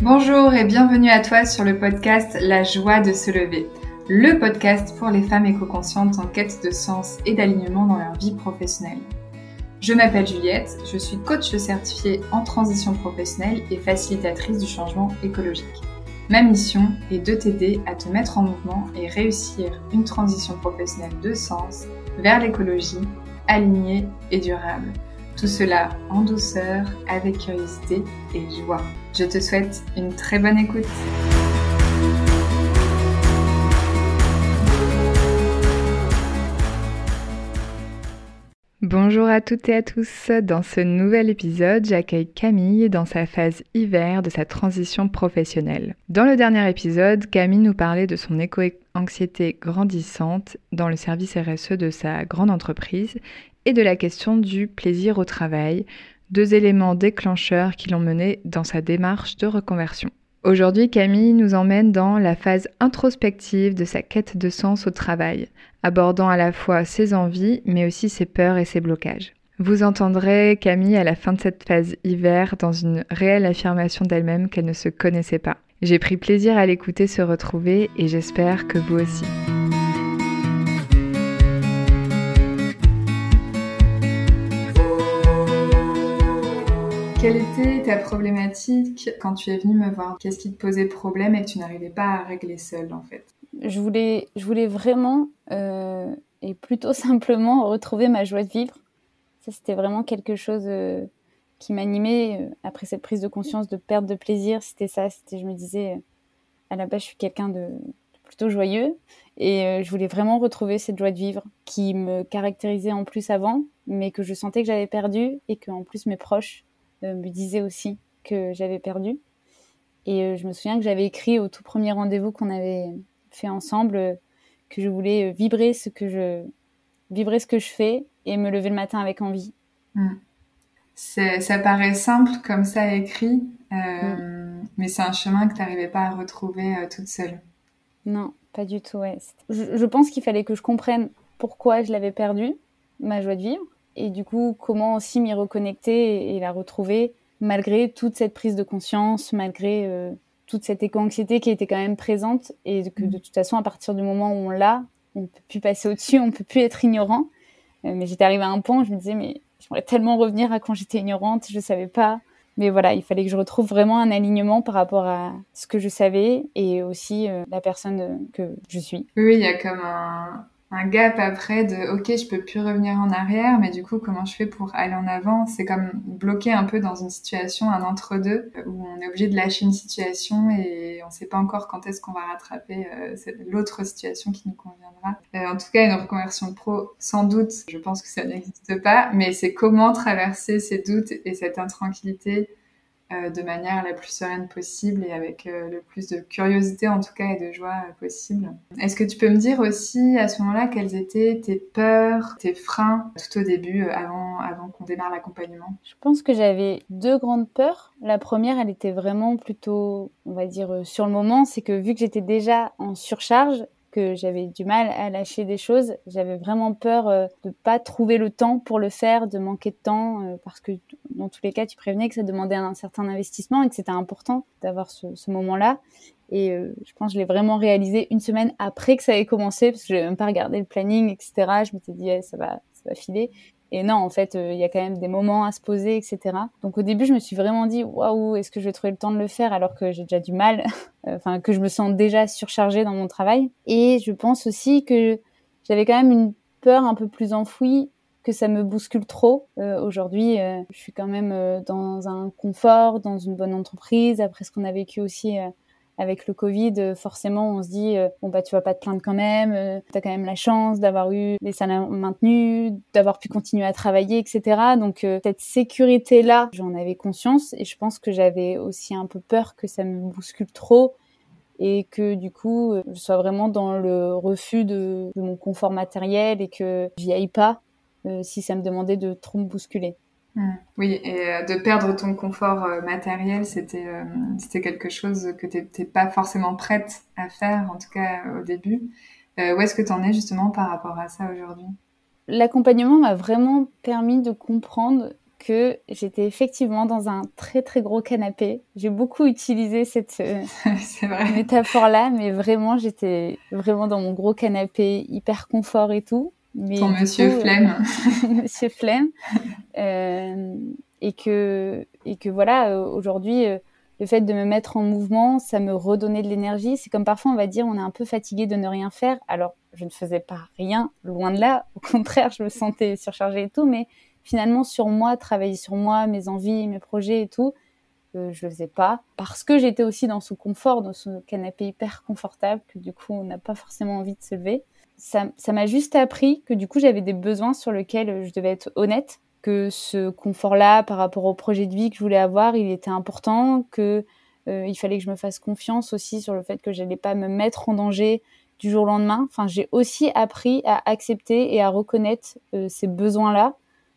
Bonjour et bienvenue à toi sur le podcast La joie de se lever, le podcast pour les femmes éco-conscientes en quête de sens et d'alignement dans leur vie professionnelle. Je m'appelle Juliette, je suis coach certifiée en transition professionnelle et facilitatrice du changement écologique. Ma mission est de t'aider à te mettre en mouvement et réussir une transition professionnelle de sens vers l'écologie, alignée et durable. Tout cela en douceur, avec curiosité et joie. Je te souhaite une très bonne écoute. Bonjour à toutes et à tous. Dans ce nouvel épisode, j'accueille Camille dans sa phase hiver de sa transition professionnelle. Dans le dernier épisode, Camille nous parlait de son éco-anxiété grandissante dans le service RSE de sa grande entreprise et de la question du plaisir au travail, deux éléments déclencheurs qui l'ont menée dans sa démarche de reconversion. Aujourd'hui, Camille nous emmène dans la phase introspective de sa quête de sens au travail, abordant à la fois ses envies, mais aussi ses peurs et ses blocages. Vous entendrez Camille à la fin de cette phase hiver dans une réelle affirmation d'elle-même qu'elle ne se connaissait pas. J'ai pris plaisir à l'écouter se retrouver et j'espère que vous aussi. Quelle était ta problématique quand tu es venue me voir? Qu'est-ce qui te posait problème et que tu n'arrivais pas à régler seule en fait? Je voulais vraiment et plutôt simplement retrouver ma joie de vivre. Ça, c'était vraiment quelque chose qui m'animait après cette prise de conscience de perte de plaisir. C'était ça, je me disais, à la base, je suis quelqu'un de plutôt joyeux et je voulais vraiment retrouver cette joie de vivre qui me caractérisait en plus avant, mais que je sentais que j'avais perdu et que en plus mes proches me disaient aussi que j'avais perdu. Et je me souviens que j'avais écrit au tout premier rendez-vous qu'on avait fait ensemble que je voulais vibrer ce que je fais et me lever le matin avec envie. Ça paraît simple comme ça écrit, mais c'est un chemin que tu n'arrivais pas à retrouver toute seule. Non, pas du tout. Ouais. Je pense qu'il fallait que je comprenne pourquoi je l'avais perdue, ma joie de vivre, et du coup comment aussi m'y reconnecter et la retrouver malgré toute cette prise de conscience, malgré toute cette éco-anxiété qui était quand même présente et que de toute façon, à partir du moment où on l'a, on ne peut plus passer au-dessus, on ne peut plus être ignorant. Mais j'étais arrivée à un point où je me disais, mais j'aimerais tellement revenir à quand j'étais ignorante, je ne savais pas. Mais voilà, il fallait que je retrouve vraiment un alignement par rapport à ce que je savais et aussi la personne que je suis. Oui, il y a comme un gap après de ok, je peux plus revenir en arrière, mais du coup, comment je fais pour aller en avant? C'est comme bloqué un peu dans une situation, un entre-deux, où on est obligé de lâcher une situation et on sait pas encore quand est-ce qu'on va rattraper l'autre situation qui nous conviendra. En tout cas, une reconversion pro, sans doute, je pense que ça n'existe pas, mais c'est comment traverser ces doutes et cette intranquillité de manière la plus sereine possible et avec le plus de curiosité en tout cas et de joie possible. Est-ce que tu peux me dire aussi à ce moment-là quelles étaient tes peurs, tes freins tout au début avant qu'on démarre l'accompagnement? Je pense que j'avais deux grandes peurs. La première, elle était vraiment plutôt, on va dire, sur le moment. C'est que vu que j'étais déjà en surcharge, que j'avais du mal à lâcher des choses, j'avais vraiment peur de pas trouver le temps pour le faire, de manquer de temps, parce que dans tous les cas, tu prévenais que ça demandait un certain investissement et que c'était important d'avoir ce moment-là. Et je pense que je l'ai vraiment réalisé une semaine après que ça ait commencé, parce que je n'avais même pas regardé le planning, etc. Je m'étais dit, ça va filer. Et non, en fait, il y a quand même des moments à se poser, etc. Donc au début, je me suis vraiment dit, waouh, est-ce que je vais trouver le temps de le faire alors que j'ai déjà du mal, enfin que je me sens déjà surchargée dans mon travail. Et je pense aussi que j'avais quand même une peur un peu plus enfouie que ça me bouscule trop. Aujourd'hui, je suis quand même dans un confort, dans une bonne entreprise. Après ce qu'on a vécu aussi avec le Covid, forcément, on se dit bon bah tu vas pas te plaindre quand même, t'as quand même la chance d'avoir eu les salaires maintenus, d'avoir pu continuer à travailler, etc. Donc cette sécurité-là, j'en avais conscience et je pense que j'avais aussi un peu peur que ça me bouscule trop et que du coup, je sois vraiment dans le refus de mon confort matériel et que j'y aille pas si ça me demandait de trop me bousculer. Oui, et de perdre ton confort matériel, c'était quelque chose que t'étais pas forcément prête à faire, en tout cas au début. Où est-ce que t'en es justement par rapport à ça aujourd'hui? L'accompagnement m'a vraiment permis de comprendre que j'étais effectivement dans un très très gros canapé. J'ai beaucoup utilisé cette C'est vrai. métaphore-là, mais vraiment, j'étais vraiment dans mon gros canapé, hyper confort et tout. Mais Ton du monsieur coup, flemme. monsieur flemme. Et que voilà, aujourd'hui, le fait de me mettre en mouvement, ça me redonnait de l'énergie. C'est comme parfois, on va dire, on est un peu fatigué de ne rien faire. Alors, je ne faisais pas rien, loin de là. Au contraire, je me sentais surchargée et tout. Mais finalement, sur moi, travailler sur moi, mes envies, mes projets et tout, je le faisais pas. Parce que j'étais aussi dans ce confort, dans ce canapé hyper confortable, que du coup, on n'a pas forcément envie de se lever. Ça m'a juste appris que du coup, j'avais des besoins sur lesquels je devais être honnête, que ce confort-là, par rapport au projet de vie que je voulais avoir, il était important, que il fallait que je me fasse confiance aussi sur le fait que j'allais pas me mettre en danger du jour au lendemain. Enfin, j'ai aussi appris à accepter et à reconnaître ces besoins-là,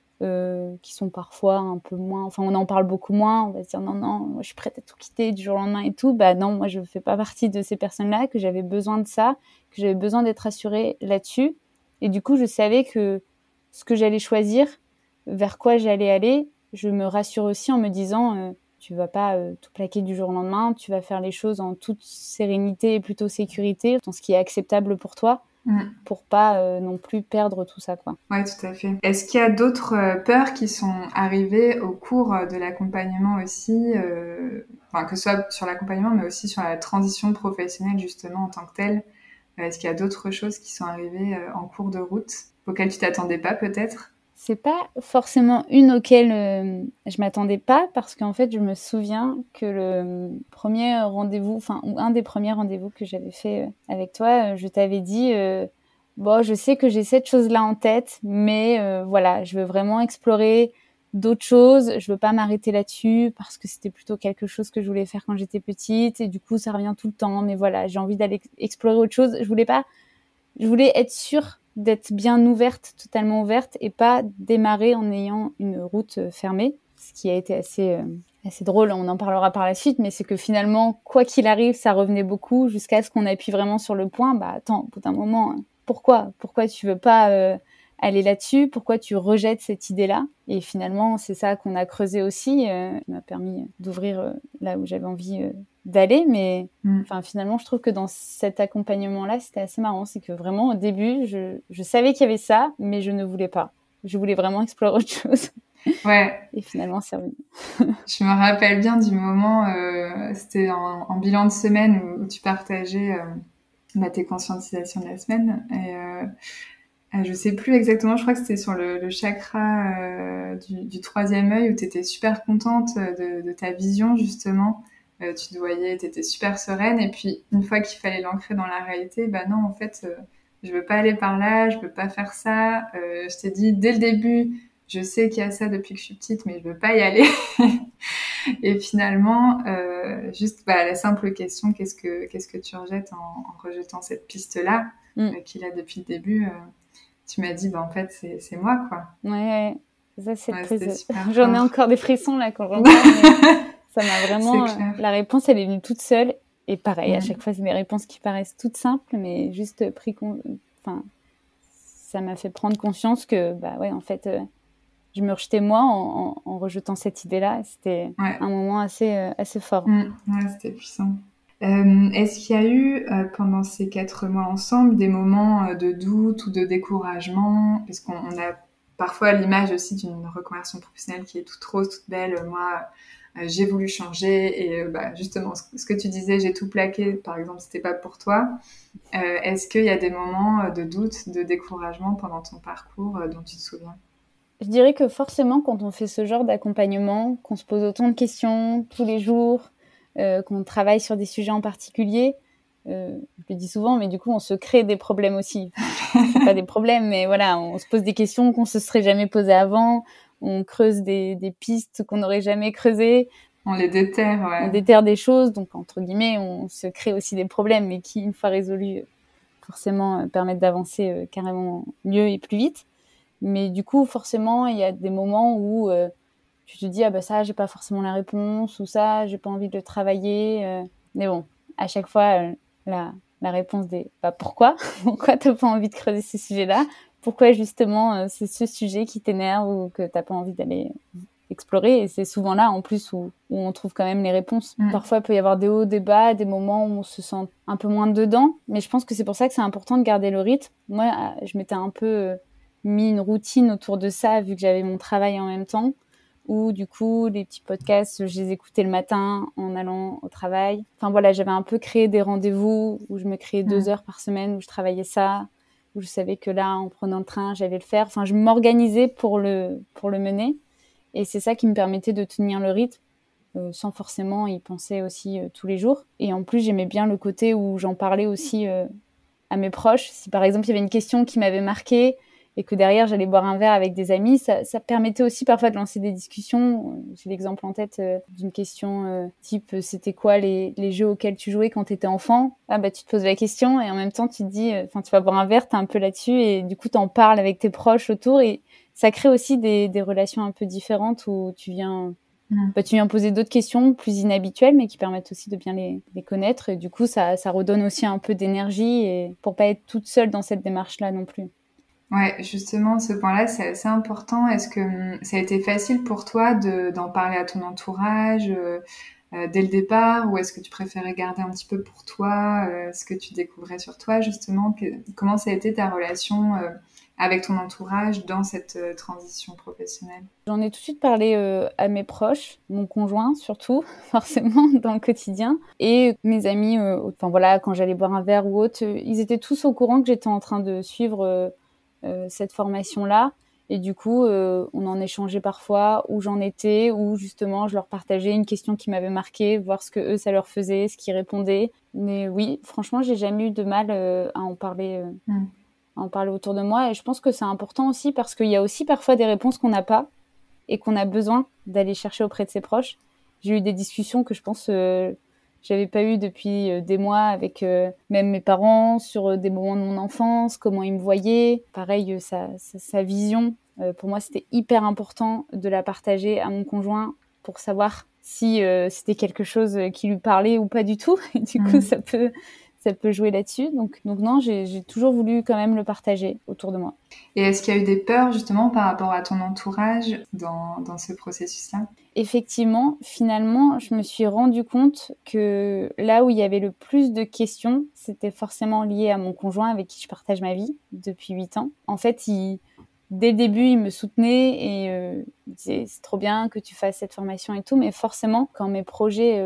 qui sont parfois un peu moins... Enfin, on en parle beaucoup moins. On va se dire, non, moi, je suis prête à tout quitter du jour au lendemain et tout. Bah non, moi, je fais pas partie de ces personnes-là, que j'avais besoin de ça, que j'avais besoin d'être assurée là-dessus. Et du coup, je savais que ce que j'allais choisir, vers quoi j'allais aller, je me rassure aussi en me disant, tu vas pas tout plaquer du jour au lendemain, tu vas faire les choses en toute sérénité et plutôt sécurité, dans ce qui est acceptable pour toi, pour pas non plus perdre tout ça, quoi. Ouais, tout à fait. Est-ce qu'il y a d'autres peurs qui sont arrivées au cours de l'accompagnement aussi, enfin, que ce soit sur l'accompagnement, mais aussi sur la transition professionnelle justement en tant que telle? Est-ce qu'il y a d'autres choses qui sont arrivées en cours de route, auxquelles tu t'attendais pas peut-être? C'est pas forcément une auquel je m'attendais pas, parce qu'en fait, je me souviens que le premier rendez-vous, enfin, ou un des premiers rendez-vous que j'avais fait avec toi, je t'avais dit, bon, je sais que j'ai cette chose-là en tête, mais voilà, je veux vraiment explorer d'autres choses. Je veux pas m'arrêter là-dessus parce que c'était plutôt quelque chose que je voulais faire quand j'étais petite et du coup, ça revient tout le temps. Mais voilà, j'ai envie d'aller explorer autre chose. Je voulais être sûre d'être bien ouverte, totalement ouverte, et pas démarrer en ayant une route fermée. Ce qui a été assez drôle, on en parlera par la suite, mais c'est que finalement, quoi qu'il arrive, ça revenait beaucoup jusqu'à ce qu'on appuie vraiment sur le point. Bah attends, au bout d'un moment, pourquoi tu veux pas aller là-dessus? Pourquoi tu rejettes cette idée-là? Et finalement, c'est ça qu'on a creusé aussi, qui m'a permis d'ouvrir là où j'avais envie d'aller, mais enfin, finalement, je trouve que dans cet accompagnement-là, c'était assez marrant. C'est que vraiment, au début, je savais qu'il y avait ça, mais je ne voulais pas. Je voulais vraiment explorer autre chose. Ouais. Et finalement, c'est revenu. Je me rappelle bien du moment, c'était en bilan de semaine où tu partageais tes conscientisations de la semaine. Et je sais plus exactement, je crois que c'était sur le chakra du troisième œil où tu étais super contente de ta vision justement. Tu te voyais, tu étais super sereine. Et puis, une fois qu'il fallait l'ancrer dans la réalité, bah non, en fait, je veux pas aller par là, je veux pas faire ça. Je t'ai dit dès le début, je sais qu'il y a ça depuis que je suis petite, mais je veux pas y aller. Et finalement, juste la simple question, qu'est-ce que tu rejettes en rejetant cette piste-là qu'il a depuis le début tu m'as dit, bah, en fait, c'est moi, quoi. Ouais, ça, cette Ouais, prise. c'était super J'en ai fort. encore des frissons, là, quand j'en parle, mais ça m'a vraiment. C'est clair. La réponse, elle est venue toute seule. Et pareil, à chaque fois, c'est des réponses qui paraissent toutes simples, mais juste enfin, ça m'a fait prendre conscience que, bah ouais, en fait, je me rejetais moi en rejetant cette idée-là. C'était un moment assez fort. Ouais, c'était puissant. Est-ce qu'il y a eu, pendant ces 4 mois ensemble, des moments de doute ou de découragement? Parce qu'on a parfois l'image aussi d'une reconversion professionnelle qui est toute rose, toute belle. Moi, j'ai voulu changer et justement, ce que tu disais, j'ai tout plaqué, par exemple, c'était pas pour toi. Est-ce qu'il y a des moments de doute, de découragement pendant ton parcours dont tu te souviens? Je dirais que forcément, quand on fait ce genre d'accompagnement, qu'on se pose autant de questions tous les jours, qu'on travaille sur des sujets en particulier, je le dis souvent, mais du coup, on se crée des problèmes aussi. C'est pas des problèmes, mais voilà, on se pose des questions qu'on se serait jamais posées avant, on creuse des pistes qu'on n'aurait jamais creusées. On les déterre, ouais. On déterre des choses, donc entre guillemets, on se crée aussi des problèmes, mais qui, une fois résolus, forcément permettent d'avancer carrément mieux et plus vite. Mais du coup, forcément, il y a des moments où tu te dis, ah bah ça, j'ai pas forcément la réponse, ou ça, j'ai pas envie de le travailler. Mais bon, à chaque fois, la réponse des, bah pourquoi? Pourquoi t'as pas envie de creuser ces sujets-là? pourquoi justement c'est ce sujet qui t'énerve ou que t'as pas envie d'aller explorer. Et c'est souvent là, en plus, où on trouve quand même les réponses. Parfois, il peut y avoir des hauts, des bas, des moments où on se sent un peu moins dedans. Mais je pense que c'est pour ça que c'est important de garder le rythme. Moi, je m'étais un peu mis une routine autour de ça, vu que j'avais mon travail en même temps. Où, du coup, les petits podcasts, je les écoutais le matin en allant au travail. Enfin, voilà, j'avais un peu créé des rendez-vous où je me créais 2 heures par semaine, où je travaillais ça, où je savais que là, en prenant le train, j'allais le faire. Enfin, je m'organisais pour le mener. Et c'est ça qui me permettait de tenir le rythme sans forcément y penser aussi tous les jours. Et en plus, j'aimais bien le côté où j'en parlais aussi à mes proches. Si par exemple, il y avait une question qui m'avait marquée et que derrière, j'allais boire un verre avec des amis, ça permettait aussi parfois de lancer des discussions. J'ai l'exemple en tête d'une question type c'était quoi les jeux auxquels tu jouais quand tu étais enfant? Ah bah tu te poses la question et en même temps tu te dis, tu vas boire un verre, t'es un peu là-dessus et du coup t'en parles avec tes proches autour et ça crée aussi des relations un peu différentes où tu viens poser d'autres questions plus inhabituelles, mais qui permettent aussi de bien les connaître. Et du coup, ça redonne aussi un peu d'énergie et pour pas être toute seule dans cette démarche-là non plus. Ouais, justement, ce point-là, c'est assez important. Est-ce que ça a été facile pour toi d'en parler à ton entourage dès le départ, ou est-ce que tu préférais garder un petit peu pour toi ce que tu découvrais sur toi, justement? Comment ça a été ta relation avec ton entourage dans cette transition professionnelle? J'en ai tout de suite parlé à mes proches, mon conjoint surtout, forcément, dans le quotidien, et mes amis, enfin voilà, quand j'allais boire un verre ou autre, ils étaient tous au courant que j'étais en train de suivre cette formation-là. Et du coup, on en échangeait parfois où j'en étais, où justement je leur partageais une question qui m'avait marquée, voir ce que eux ça leur faisait, ce qu'ils répondaient. Mais oui, franchement, j'ai jamais eu de mal à en parler autour de moi. Et je pense que c'est important aussi parce qu'il y a aussi parfois des réponses qu'on n'a pas et qu'on a besoin d'aller chercher auprès de ses proches. J'ai eu des discussions que je pense j'avais pas eu depuis des mois avec même mes parents sur des moments de mon enfance, comment ils me voyaient. Pareil, sa vision. Pour moi, c'était hyper important de la partager à mon conjoint pour savoir si c'était quelque chose qui lui parlait ou pas du tout. Et du coup, ça peut jouer là-dessus. Donc non, j'ai toujours voulu quand même le partager autour de moi. Et est-ce qu'il y a eu des peurs justement par rapport à ton entourage dans ce processus-là? Effectivement, finalement, je me suis rendu compte que là où il y avait le plus de questions, c'était forcément lié à mon conjoint avec qui je partage ma vie depuis 8 ans. En fait, dès le début, il me soutenait et il disait « c'est trop bien que tu fasses cette formation et tout », mais forcément, quand mes projets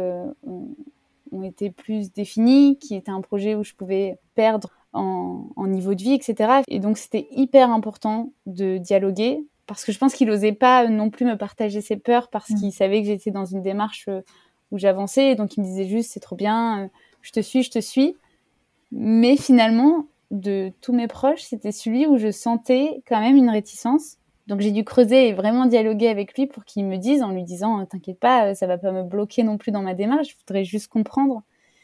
ont été plus définis, qui était un projet où je pouvais perdre en niveau de vie, etc. Et donc, c'était hyper important de dialoguer parce que je pense qu'il n'osait pas non plus me partager ses peurs parce qu'il savait que j'étais dans une démarche où j'avançais. Et donc, il me disait juste, c'est trop bien, je te suis. Mais finalement, de tous mes proches, c'était celui où je sentais quand même une réticence. Donc, j'ai dû creuser et vraiment dialoguer avec lui pour qu'il me dise, en lui disant, t'inquiète pas, ça va pas me bloquer non plus dans ma démarche, je voudrais juste comprendre.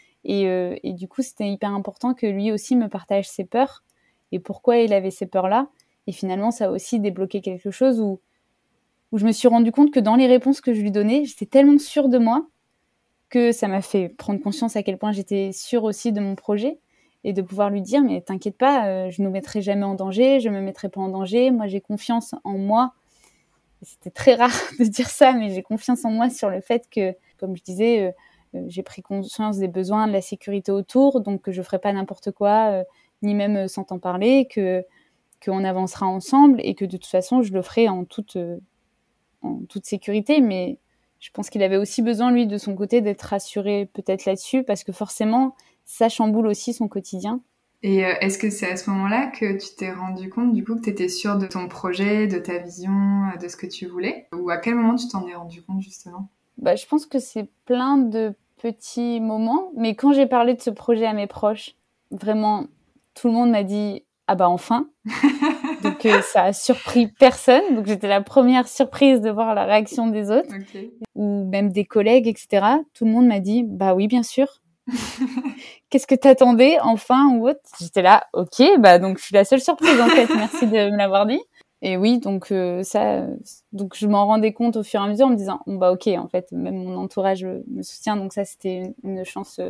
Et du coup, c'était hyper important que lui aussi me partage ses peurs et pourquoi il avait ces peurs-là. Et finalement, ça a aussi débloqué quelque chose où je me suis rendu compte que dans les réponses que je lui donnais, j'étais tellement sûre de moi que ça m'a fait prendre conscience à quel point j'étais sûre aussi de mon projet et de pouvoir lui dire, mais t'inquiète pas, je ne nous mettrai jamais en danger, je me mettrai pas en danger, moi j'ai confiance en moi. Et c'était très rare de dire ça, mais j'ai confiance en moi sur le fait que, comme je disais, j'ai pris conscience des besoins, de la sécurité autour, donc que je ferai pas n'importe quoi, ni même sans t'en parler, qu'on avancera ensemble et que de toute façon je le ferai en toute sécurité. Mais je pense qu'il avait aussi besoin, lui, de son côté, d'être rassuré peut-être là-dessus, parce que forcément, ça chamboule aussi son quotidien. Et est-ce que c'est à ce moment-là que tu t'es rendu compte du coup que tu étais sûre de ton projet, de ta vision, de ce que tu voulais? Ou à quel moment tu t'en es rendu compte justement? Je pense que c'est plein de petits moments, mais quand j'ai parlé de ce projet à mes proches, vraiment, tout le monde m'a dit « Ah bah enfin !» Donc ça a surpris personne. Donc j'étais la première surprise de voir la réaction des autres, ou même des collègues, etc. Tout le monde m'a dit « Bah oui, bien sûr !» Qu'est-ce que t'attendais, enfin, ou autre? J'étais là, ok, donc je suis la seule surprise en fait, merci de me l'avoir dit. Et oui, donc donc je m'en rendais compte au fur et à mesure en me disant, ok, en fait, même mon entourage me soutient, donc ça c'était une chance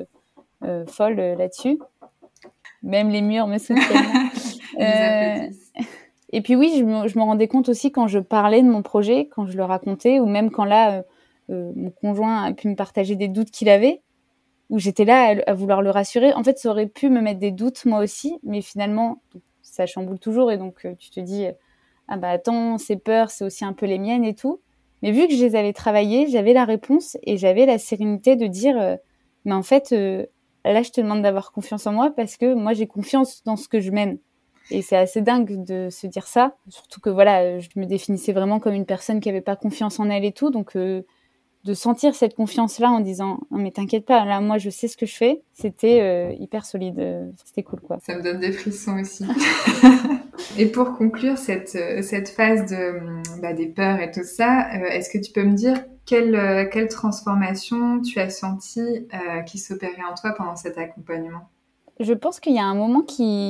folle là-dessus. Même les murs me soutiennent. Ils applaudissent. Et puis oui, je me rendais compte aussi quand je parlais de mon projet, quand je le racontais, ou même quand là, mon conjoint a pu me partager des doutes qu'il avait, où j'étais là à vouloir le rassurer. En fait, ça aurait pu me mettre des doutes moi aussi, mais finalement, ça chamboule toujours. Et donc, tu te dis, ah bah attends, ces peurs, c'est aussi un peu les miennes et tout. Mais vu que je les avais travaillées, j'avais la réponse et j'avais la sérénité de dire, mais en fait, là, je te demande d'avoir confiance en moi parce que moi, j'ai confiance dans ce que je mène. Et c'est assez dingue de se dire ça, surtout que voilà, je me définissais vraiment comme une personne qui avait pas confiance en elle et tout, donc de sentir cette confiance-là en disant non mais t'inquiète pas, là moi je sais ce que je fais, c'était hyper solide, c'était cool quoi. Ça me donne des frissons aussi. Et pour conclure cette phase des peurs et tout ça, est-ce que tu peux me dire quelle transformation tu as sentie qui s'opérait en toi pendant cet accompagnement? Je pense qu'il y a un moment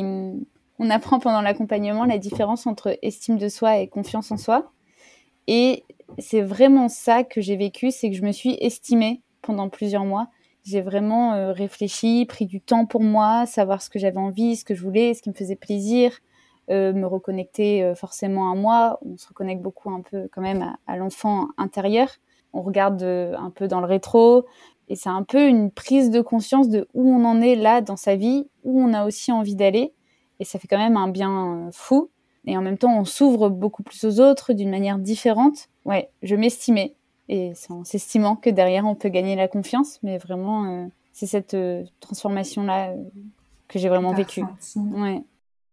on apprend pendant l'accompagnement la différence entre estime de soi et confiance en soi. Et c'est vraiment ça que j'ai vécu, c'est que je me suis estimée pendant plusieurs mois. J'ai vraiment réfléchi, pris du temps pour moi, savoir ce que j'avais envie, ce que je voulais, ce qui me faisait plaisir, me reconnecter forcément à moi. On se reconnecte beaucoup un peu quand même à l'enfant intérieur. On regarde un peu dans le rétro et c'est un peu une prise de conscience de où on en est là dans sa vie, où on a aussi envie d'aller. Et ça fait quand même un bien fou. Et en même temps, on s'ouvre beaucoup plus aux autres d'une manière différente. Ouais, je m'estimais. Et c'est en s'estimant que derrière, on peut gagner la confiance. Mais vraiment, c'est cette transformation-là que j'ai vraiment vécue. Ouais.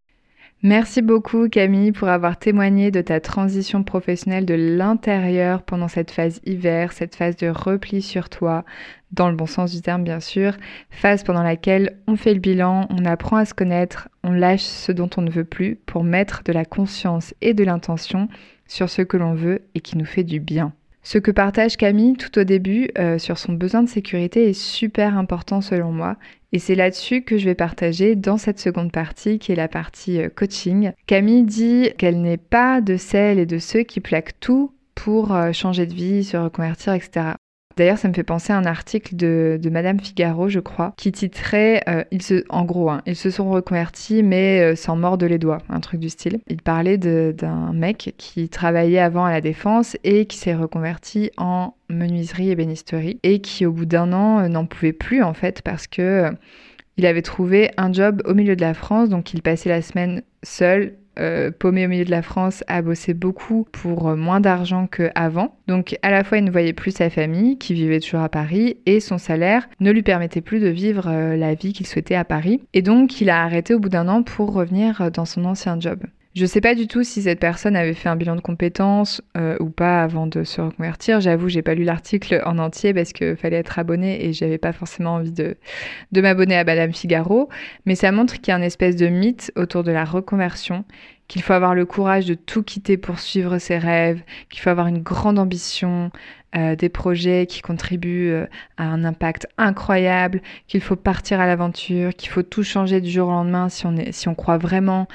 Merci beaucoup Camille pour avoir témoigné de ta transition professionnelle de l'intérieur pendant cette phase hiver, cette phase de repli sur toi, dans le bon sens du terme bien sûr, phase pendant laquelle on fait le bilan, on apprend à se connaître, on lâche ce dont on ne veut plus pour mettre de la conscience et de l'intention sur ce que l'on veut et qui nous fait du bien. Ce que partage Camille tout au début sur son besoin de sécurité est super important selon moi. Et c'est là-dessus que je vais partager dans cette seconde partie qui est la partie coaching. Camille dit qu'elle n'est pas de celles et de ceux qui plaquent tout pour changer de vie, se reconvertir, etc. D'ailleurs, ça me fait penser à un article de Madame Figaro, je crois, qui titrait ils se sont reconvertis mais sans mordre les doigts, un truc du style. Il parlait d'un mec qui travaillait avant à la Défense et qui s'est reconverti en menuiserie et bénisterie et qui au bout d'un an n'en pouvait plus en fait parce que il avait trouvé un job au milieu de la France, donc il passait la semaine seul, paumé au milieu de la France, à bosser beaucoup pour moins d'argent qu'avant. Donc à la fois il ne voyait plus sa famille qui vivait toujours à Paris et son salaire ne lui permettait plus de vivre la vie qu'il souhaitait à Paris. Et donc il a arrêté au bout d'un an pour revenir dans son ancien job. Je sais pas du tout si cette personne avait fait un bilan de compétences ou pas avant de se reconvertir. J'avoue, j'ai pas lu l'article en entier parce qu'il fallait être abonné et j'avais pas forcément envie de m'abonner à Madame Figaro. Mais ça montre qu'il y a une espèce de mythe autour de la reconversion, qu'il faut avoir le courage de tout quitter pour suivre ses rêves, qu'il faut avoir une grande ambition, des projets qui contribuent à un impact incroyable, qu'il faut partir à l'aventure, qu'il faut tout changer du jour au lendemain si on croit vraiment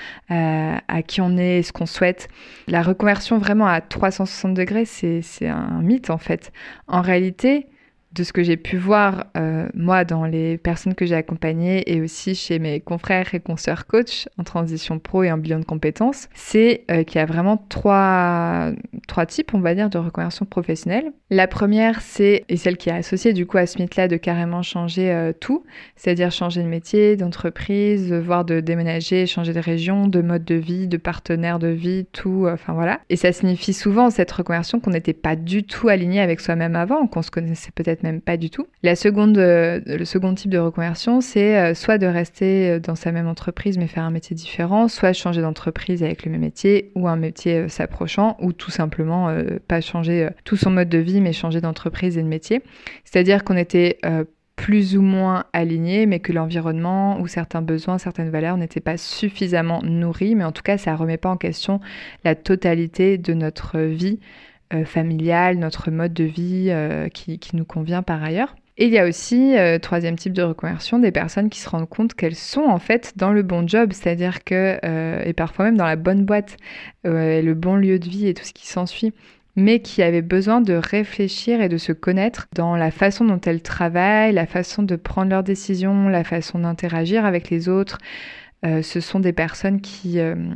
à qui on est et ce qu'on souhaite. La reconversion vraiment à 360 degrés, c'est un mythe en fait. En réalité, de ce que j'ai pu voir, moi, dans les personnes que j'ai accompagnées et aussi chez mes confrères et consoeurs coach en transition pro et en bilan de compétences, c'est qu'il y a vraiment trois types, on va dire, de reconversion professionnelle. La première, c'est, et celle qui est associée du coup à ce mythe-là, de carrément changer tout, c'est-à-dire changer de métier, d'entreprise, voire de déménager, changer de région, de mode de vie, de partenaire de vie, tout, enfin voilà. Et ça signifie souvent, cette reconversion, qu'on n'était pas du tout aligné avec soi-même avant, qu'on se connaissait peut-être même pas du tout. Le second type de reconversion, c'est soit de rester dans sa même entreprise mais faire un métier différent, soit changer d'entreprise avec le même métier ou un métier s'approchant, ou tout simplement pas changer tout son mode de vie mais changer d'entreprise et de métier. C'est-à-dire qu'on était plus ou moins alignés, mais que l'environnement ou certains besoins, certaines valeurs n'étaient pas suffisamment nourris, mais en tout cas ça remet pas en question la totalité de notre vie familiale, notre mode de vie qui nous convient par ailleurs. Et il y a aussi, troisième type de reconversion, des personnes qui se rendent compte qu'elles sont en fait dans le bon job, c'est-à-dire que, et parfois même dans la bonne boîte, le bon lieu de vie et tout ce qui s'ensuit, mais qui avaient besoin de réfléchir et de se connaître dans la façon dont elles travaillent, la façon de prendre leurs décisions, la façon d'interagir avec les autres, Ce sont des personnes qui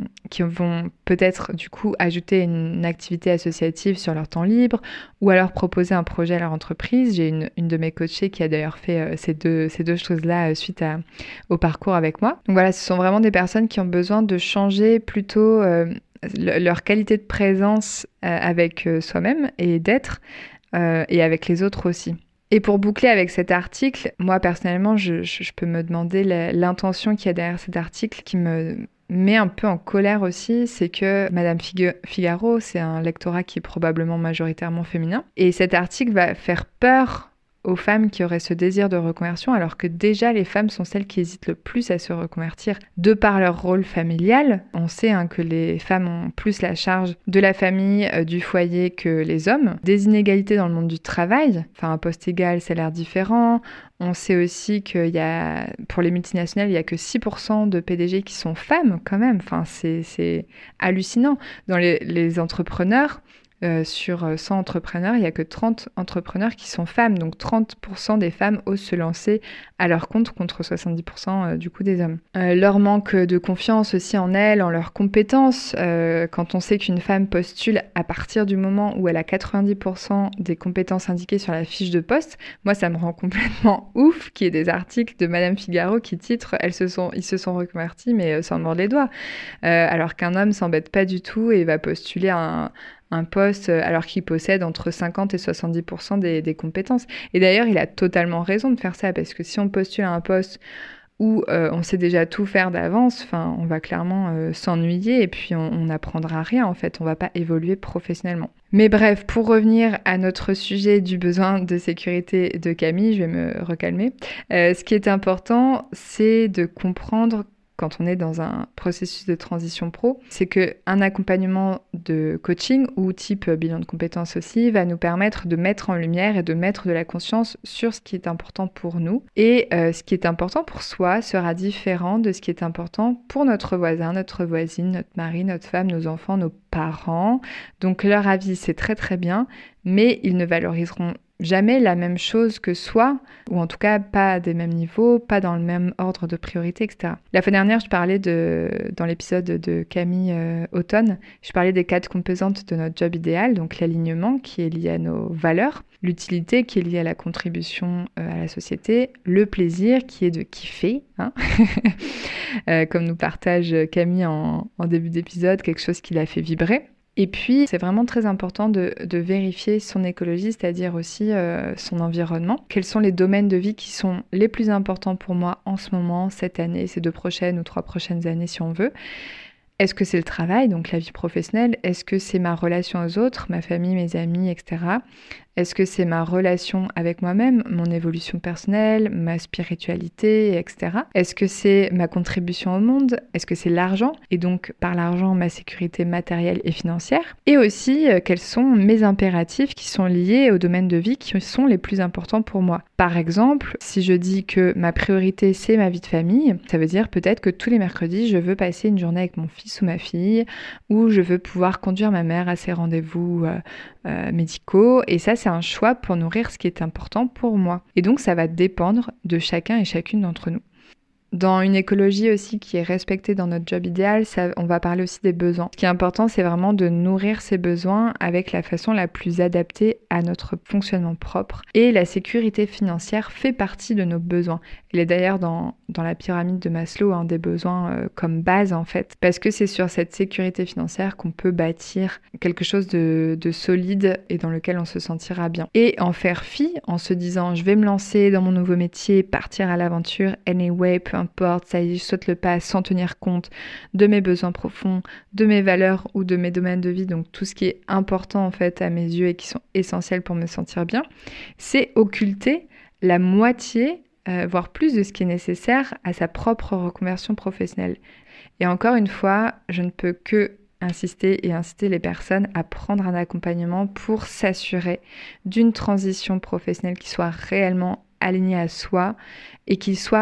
vont peut-être du coup ajouter une activité associative sur leur temps libre ou alors proposer un projet à leur entreprise. J'ai une de mes coachées qui a d'ailleurs fait ces deux choses-là suite au parcours avec moi. Donc voilà, ce sont vraiment des personnes qui ont besoin de changer plutôt leur qualité de présence avec soi-même et d'être et avec les autres aussi. Et pour boucler avec cet article, moi personnellement, je peux me demander l'intention qu'il y a derrière cet article qui me met un peu en colère aussi, c'est que Madame Figaro, c'est un lectorat qui est probablement majoritairement féminin. Et cet article va faire peur aux femmes qui auraient ce désir de reconversion, alors que déjà les femmes sont celles qui hésitent le plus à se reconvertir de par leur rôle familial. On sait que les femmes ont plus la charge de la famille, du foyer que les hommes. Des inégalités dans le monde du travail, enfin un poste égal, salaire différent. On sait aussi qu'il y a, pour les multinationales, il n'y a que 6% de PDG qui sont femmes quand même. Enfin, c'est hallucinant. Dans les entrepreneurs, sur 100 entrepreneurs, il n'y a que 30 entrepreneurs qui sont femmes. Donc 30% des femmes osent se lancer à leur compte contre 70% du coup des hommes. Leur manque de confiance aussi en elles, en leurs compétences. Quand on sait qu'une femme postule à partir du moment où elle a 90% des compétences indiquées sur la fiche de poste, moi ça me rend complètement ouf qu'il y ait des articles de Madame Figaro qui titrent « Ils se sont reconvertis mais sans mordre les doigts ». Alors qu'un homme s'embête pas du tout et va postuler à un poste alors qu'il possède entre 50 et 70% des compétences. Et d'ailleurs, il a totalement raison de faire ça, parce que si on postule à un poste où on sait déjà tout faire d'avance, on va clairement s'ennuyer et puis on n'apprendra rien en fait, on va pas évoluer professionnellement. Mais bref, pour revenir à notre sujet du besoin de sécurité de Camille, je vais me recalmer. Ce qui est important, c'est de comprendre quand on est dans un processus de transition pro, c'est qu'un accompagnement de coaching ou type bilan de compétences aussi va nous permettre de mettre en lumière et de mettre de la conscience sur ce qui est important pour nous. Et ce qui est important pour soi sera différent de ce qui est important pour notre voisin, notre voisine, notre mari, notre femme, nos enfants, nos parents. Donc leur avis, c'est très très bien, mais ils ne valoriseront jamais la même chose que soi, ou en tout cas pas à des mêmes niveaux, pas dans le même ordre de priorité, etc. La fois dernière, je parlais dans l'épisode de Camille Automne, je parlais des 4 composantes de notre job idéal, donc l'alignement qui est lié à nos valeurs, l'utilité qui est liée à la contribution à la société, le plaisir qui est de kiffer, comme nous partage Camille en début d'épisode, quelque chose qui l'a fait vibrer. Et puis, c'est vraiment très important de vérifier son écologie, c'est-à-dire aussi son environnement. Quels sont les domaines de vie qui sont les plus importants pour moi en ce moment, cette année, ces 2 prochaines ou 3 prochaines années si on veut. Est-ce que c'est le travail, donc la vie professionnelle? Est-ce que c'est ma relation aux autres, ma famille, mes amis, etc. Est-ce que c'est ma relation avec moi-même, mon évolution personnelle, ma spiritualité, etc. Est-ce que c'est ma contribution au monde? Est-ce que c'est l'argent? Et donc, par l'argent, ma sécurité matérielle et financière? Et aussi, quels sont mes impératifs qui sont liés au domaine de vie qui sont les plus importants pour moi? Par exemple, si je dis que ma priorité, c'est ma vie de famille, ça veut dire peut-être que tous les mercredis, je veux passer une journée avec mon fils ou ma fille, ou je veux pouvoir conduire ma mère à ses rendez-vous médicaux. Et ça, c'est un choix pour nourrir ce qui est important pour moi. Et donc, ça va dépendre de chacun et chacune d'entre nous. Dans une écologie aussi qui est respectée dans notre job idéal, on va parler aussi des besoins. Ce qui est important, c'est vraiment de nourrir ces besoins avec la façon la plus adaptée à notre fonctionnement propre. Et la sécurité financière fait partie de nos besoins. Elle est d'ailleurs dans la pyramide de Maslow, des besoins comme base en fait. Parce que c'est sur cette sécurité financière qu'on peut bâtir quelque chose de solide et dans lequel on se sentira bien. Et en faire fi, en se disant je vais me lancer dans mon nouveau métier, partir à l'aventure, anyway, peu importe, ça y est, je saute le pas sans tenir compte de mes besoins profonds, de mes valeurs ou de mes domaines de vie, donc tout ce qui est important en fait à mes yeux et qui sont essentiels pour me sentir bien, c'est occulter la moitié, voire plus de ce qui est nécessaire à sa propre reconversion professionnelle. Et encore une fois, je ne peux que inciter les personnes à prendre un accompagnement pour s'assurer d'une transition professionnelle qui soit réellement alignée à soi et qui soit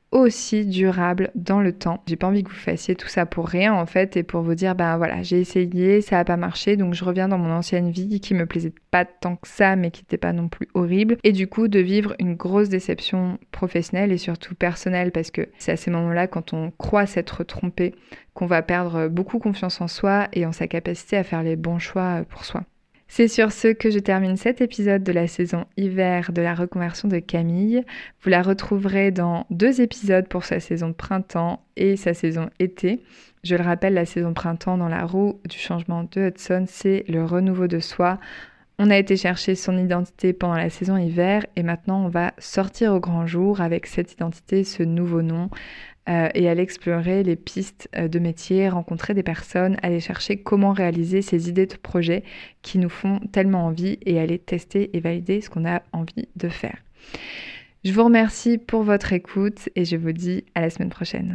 aussi durable dans le temps. J'ai pas envie que vous fassiez tout ça pour rien en fait et pour vous dire voilà, j'ai essayé, ça a pas marché, donc je reviens dans mon ancienne vie qui me plaisait pas tant que ça mais qui n'était pas non plus horrible, et du coup de vivre une grosse déception professionnelle et surtout personnelle, parce que c'est à ces moments-là, quand on croit s'être trompé, qu'on va perdre beaucoup confiance en soi et en sa capacité à faire les bons choix pour soi. C'est sur ce que je termine cet épisode de la saison hiver de la reconversion de Camille. Vous la retrouverez dans 2 épisodes pour sa saison de printemps et sa saison été. Je le rappelle, la saison printemps dans la roue du changement de Hudson, c'est le renouveau de soi. On a été chercher son identité pendant la saison hiver et maintenant on va sortir au grand jour avec cette identité, ce nouveau nom, et aller explorer les pistes de métier, rencontrer des personnes, aller chercher comment réaliser ces idées de projet qui nous font tellement envie et aller tester et valider ce qu'on a envie de faire. Je vous remercie pour votre écoute et je vous dis à la semaine prochaine.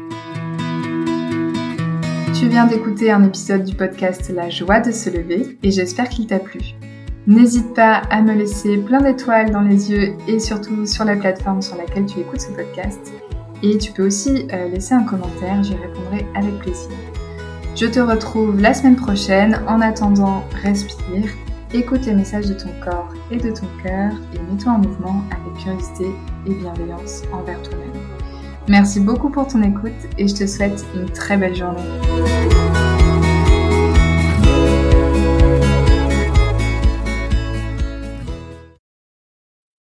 Tu viens d'écouter un épisode du podcast La joie de se lever et j'espère qu'il t'a plu. N'hésite pas à me laisser plein d'étoiles dans les yeux et surtout sur la plateforme sur laquelle tu écoutes ce podcast. Et tu peux aussi laisser un commentaire, j'y répondrai avec plaisir. Je te retrouve la semaine prochaine. En attendant, respire, écoute les messages de ton corps et de ton cœur et mets-toi en mouvement avec curiosité et bienveillance envers toi-même. Merci beaucoup pour ton écoute et je te souhaite une très belle journée.